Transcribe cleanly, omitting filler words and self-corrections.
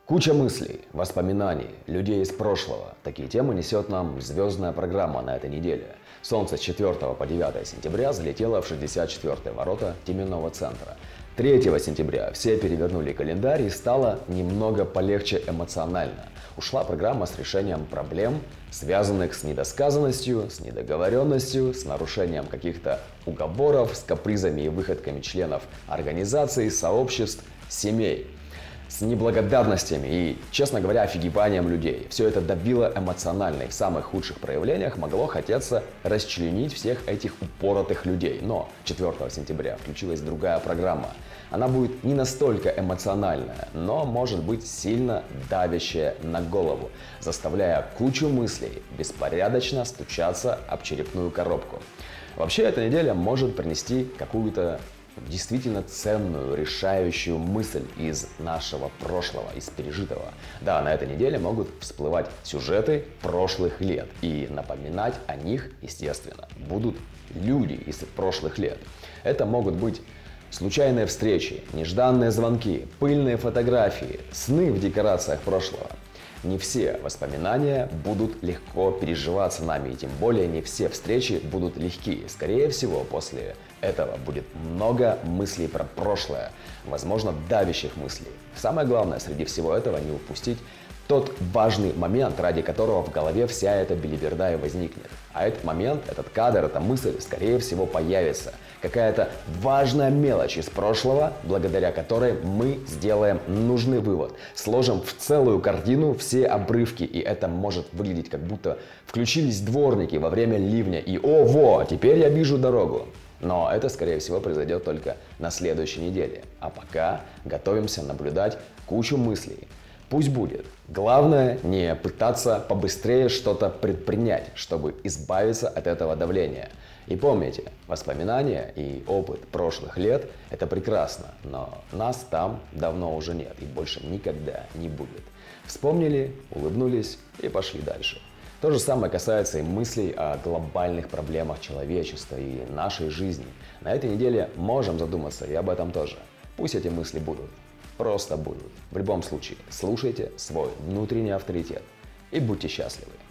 Куча мыслей, воспоминаний, людей из прошлого. Такие темы несет нам звездная программа на этой неделе. Солнце с 4 по 9 сентября залетело в 64-е ворота Теменного центра. 3 сентября все перевернули календарь и стало немного полегче эмоционально. Ушла программа с решением проблем, связанных с недосказанностью, с недоговоренностью, с нарушением каких-то уговоров, с капризами и выходками членов организаций, сообществ, семей. С неблагодарностями и, честно говоря, офигеванием людей. Все это давило эмоционально и в самых худших проявлениях могло хотеться расчленить всех этих упоротых людей. Но 4 сентября включилась другая программа. Она будет не настолько эмоциональная, но может быть сильно давящая на голову, заставляя кучу мыслей беспорядочно стучаться об черепную коробку. Вообще, эта неделя может принести какую-то действительно ценную, решающую мысль из нашего прошлого, из пережитого. Да, на этой неделе могут всплывать сюжеты прошлых лет, и напоминать о них, естественно, будут люди из прошлых лет. Это могут быть случайные встречи, нежданные звонки, пыльные фотографии, сны в декорациях прошлого. Не все воспоминания будут легко переживаться нами, и тем более не все встречи будут легкие. Скорее всего, после этого будет много мыслей про прошлое, возможно, давящих мыслей. Самое главное среди всего этого не упустить тот важный момент, ради которого в голове вся эта белиберда и возникнет. А этот момент, этот кадр, эта мысль, скорее всего, появится. Какая-то важная мелочь из прошлого, благодаря которой мы сделаем нужный вывод. Сложим в целую картину все обрывки, и это может выглядеть, как будто включились дворники во время ливня, и «О, теперь я вижу дорогу». Но это, скорее всего, произойдет только на следующей неделе. А пока готовимся наблюдать кучу мыслей. Пусть будет. Главное не пытаться побыстрее что-то предпринять, чтобы избавиться от этого давления. И помните, воспоминания и опыт прошлых лет – это прекрасно, но нас там давно уже нет и больше никогда не будет. Вспомнили, улыбнулись и пошли дальше. То же самое касается и мыслей о глобальных проблемах человечества и нашей жизни. На этой неделе можем задуматься и об этом тоже. Пусть эти мысли будут. Просто будут. В любом случае, слушайте свой внутренний авторитет и будьте счастливы.